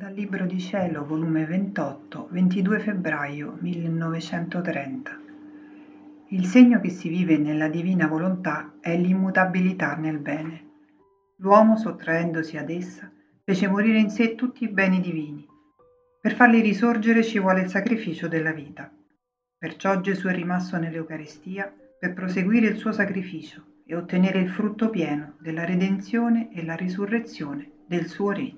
Dal Libro di Cielo, volume 28, 22 febbraio 1930. Il segno che si vive nella divina volontà è l'immutabilità nel bene. L'uomo, sottraendosi ad essa, fece morire in sé tutti i beni divini. Per farli risorgere ci vuole il sacrificio della vita. Perciò Gesù è rimasto nell'Eucaristia per proseguire il suo sacrificio e ottenere il frutto pieno della redenzione e la risurrezione del suo regno.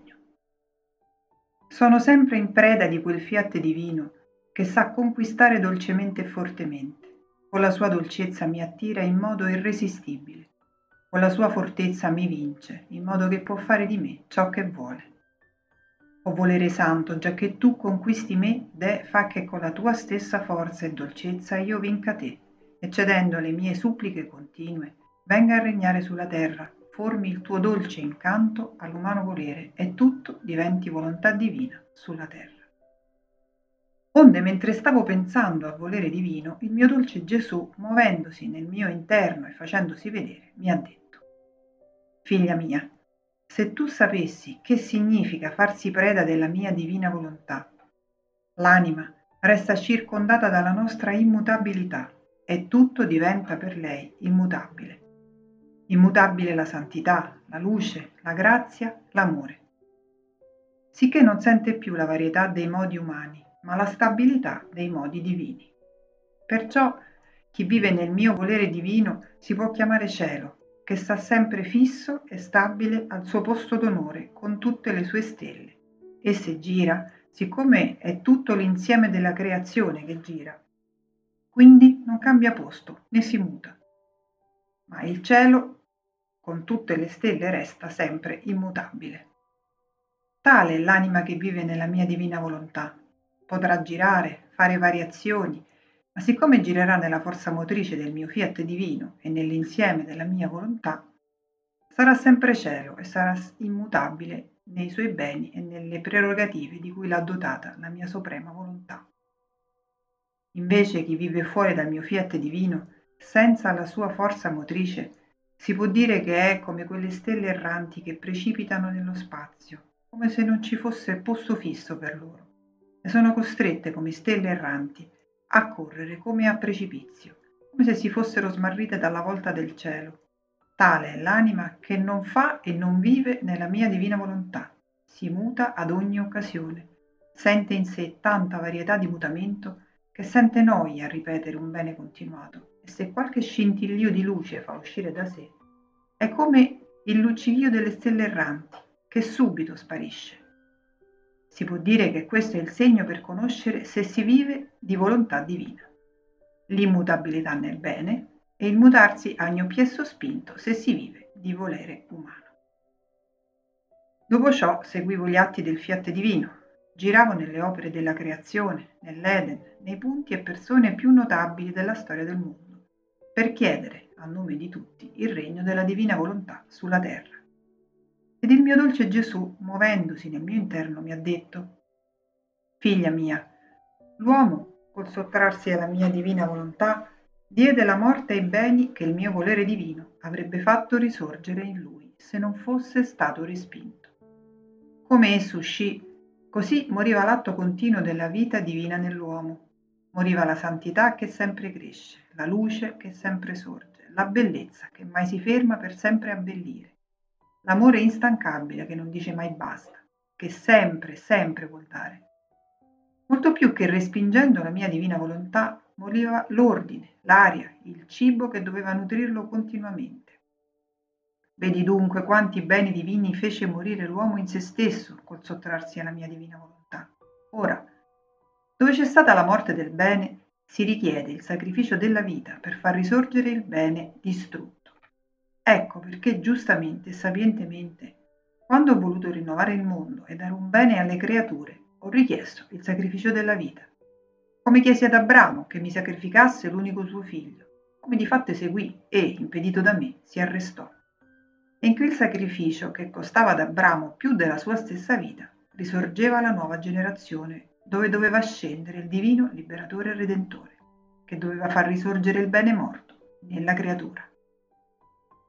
Sono sempre in preda di quel fiat divino che sa conquistare dolcemente e fortemente. Con la sua dolcezza mi attira in modo irresistibile. Con la sua fortezza mi vince, in modo che può fare di me ciò che vuole. O volere santo, giacché tu conquisti me, fa che con la tua stessa forza e dolcezza io vinca te, e cedendo alle mie suppliche continue, venga a regnare sulla terra, formi il tuo dolce incanto all'umano volere e tutto diventi volontà divina sulla terra. Onde, mentre stavo pensando al volere divino, il mio dolce Gesù, muovendosi nel mio interno e facendosi vedere, mi ha detto: Figlia mia, se tu sapessi che significa farsi preda della mia divina volontà, l'anima resta circondata dalla nostra immutabilità e tutto diventa per lei immutabile. Immutabile la santità, la luce, la grazia, l'amore. Sicché non sente più la varietà dei modi umani, ma la stabilità dei modi divini. Perciò chi vive nel mio volere divino si può chiamare cielo, che sta sempre fisso e stabile al suo posto d'onore con tutte le sue stelle. E se gira, siccome è tutto l'insieme della creazione che gira, quindi non cambia posto né si muta. Ma il cielo con tutte le stelle resta sempre immutabile. Tale è l'anima che vive nella mia divina volontà. Potrà girare, fare variazioni, ma siccome girerà nella forza motrice del mio fiat divino e nell'insieme della mia volontà, sarà sempre cielo e sarà immutabile nei suoi beni e nelle prerogative di cui l'ha dotata la mia suprema volontà. Invece chi vive fuori dal mio fiat divino, senza la sua forza motrice, si può dire che è come quelle stelle erranti che precipitano nello spazio, come se non ci fosse posto fisso per loro, e sono costrette come stelle erranti a correre come a precipizio, come se si fossero smarrite dalla volta del cielo. Tale è l'anima che non fa e non vive nella mia divina volontà, si muta ad ogni occasione, sente in sé tanta varietà di mutamento che sente noia a ripetere un bene continuato, e se qualche scintillio di luce fa uscire da sé, è come il luccichio delle stelle erranti, che subito sparisce. Si può dire che questo è il segno per conoscere se si vive di volontà divina. L'immutabilità nel bene e il mutarsi a ogni piè sospinto se si vive di volere umano. Dopo ciò seguivo gli atti del fiat divino, giravo nelle opere della creazione, nell'Eden, nei punti e persone più notabili della storia del mondo, per chiedere, a nome di tutti, il regno della divina volontà sulla terra. Ed il mio dolce Gesù, muovendosi nel mio interno, mi ha detto: Figlia mia, l'uomo, col sottrarsi alla mia divina volontà, diede la morte ai beni che il mio volere divino avrebbe fatto risorgere in lui se non fosse stato respinto. Come esso uscì, così moriva l'atto continuo della vita divina nell'uomo. Moriva la santità che sempre cresce, la luce che sempre sorge, la bellezza che mai si ferma per sempre abbellire, l'amore instancabile che non dice mai basta, che sempre, sempre vuol dare. Molto più che respingendo la mia divina volontà, moriva l'ordine, l'aria, il cibo che doveva nutrirlo continuamente. Vedi dunque quanti beni divini fece morire l'uomo in se stesso col sottrarsi alla mia divina volontà. Ora, dove c'è stata la morte del bene, si richiede il sacrificio della vita per far risorgere il bene distrutto. Ecco perché giustamente e sapientemente, quando ho voluto rinnovare il mondo e dare un bene alle creature, ho richiesto il sacrificio della vita. Come chiesi ad Abramo che mi sacrificasse l'unico suo figlio, come di fatto eseguì e, impedito da me, si arrestò. E in quel sacrificio, che costava ad Abramo più della sua stessa vita, risorgeva la nuova generazione, dove doveva scendere il divino liberatore e redentore, che doveva far risorgere il bene morto nella creatura.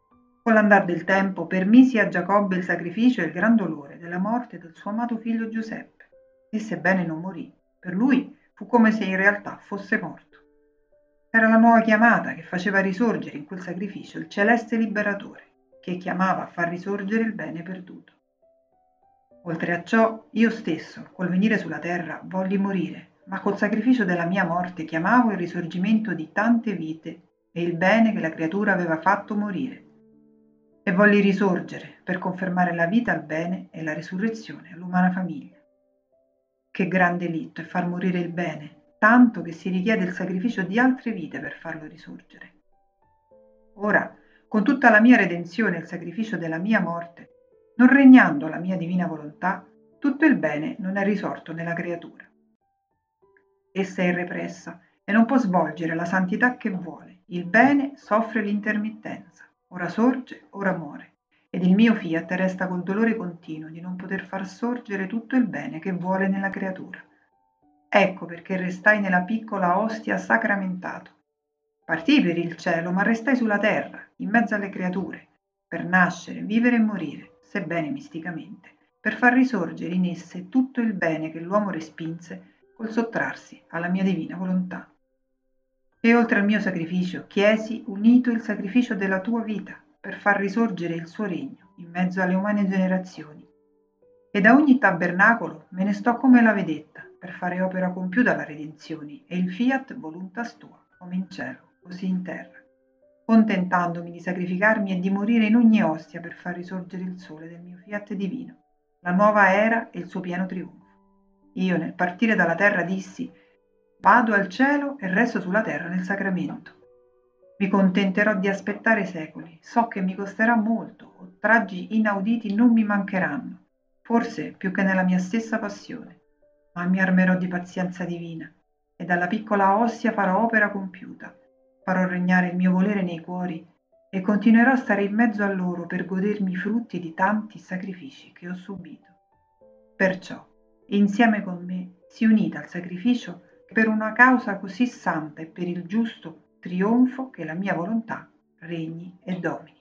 Con l'andar del tempo permisi a Giacobbe il sacrificio e il gran dolore della morte del suo amato figlio Giuseppe, e sebbene non morì, per lui fu come se in realtà fosse morto. Era la nuova chiamata che faceva risorgere in quel sacrificio il celeste liberatore, che chiamava a far risorgere il bene perduto. Oltre a ciò, io stesso, col venire sulla terra, volli morire, ma col sacrificio della mia morte chiamavo il risorgimento di tante vite e il bene che la creatura aveva fatto morire. E volli risorgere per confermare la vita al bene e la risurrezione all'umana famiglia. Che gran delitto è far morire il bene, tanto che si richiede il sacrificio di altre vite per farlo risorgere. Ora, con tutta la mia redenzione e il sacrificio della mia morte, non regnando la mia divina volontà, tutto il bene non è risorto nella creatura. Essa è irrepressa e non può svolgere la santità che vuole. Il bene soffre l'intermittenza, ora sorge, ora muore, ed il mio fiat resta col dolore continuo di non poter far sorgere tutto il bene che vuole nella creatura. Ecco perché restai nella piccola ostia sacramentato. Partii per il cielo, ma restai sulla terra, in mezzo alle creature, per nascere, vivere e morire, sebbene misticamente, per far risorgere in esse tutto il bene che l'uomo respinse col sottrarsi alla mia divina volontà. E oltre al mio sacrificio chiesi unito il sacrificio della tua vita per far risorgere il suo regno in mezzo alle umane generazioni. E da ogni tabernacolo me ne sto come la vedetta per fare opera compiuta alla redenzione e il fiat voluntas tua, come in cielo, così in terra, contentandomi di sacrificarmi e di morire in ogni ostia per far risorgere il sole del mio fiat divino, la nuova era e il suo pieno trionfo. Io nel partire dalla terra dissi: vado al cielo e resto sulla terra nel sacramento. Mi contenterò di aspettare secoli, so che mi costerà molto, oltraggi inauditi non mi mancheranno, forse più che nella mia stessa passione, ma mi armerò di pazienza divina e dalla piccola ossia farò opera compiuta, farò regnare il mio volere nei cuori e continuerò a stare in mezzo a loro per godermi i frutti di tanti sacrifici che ho subito. Perciò, insieme con me, si unita al sacrificio per una causa così santa e per il giusto trionfo che la mia volontà regni e domini.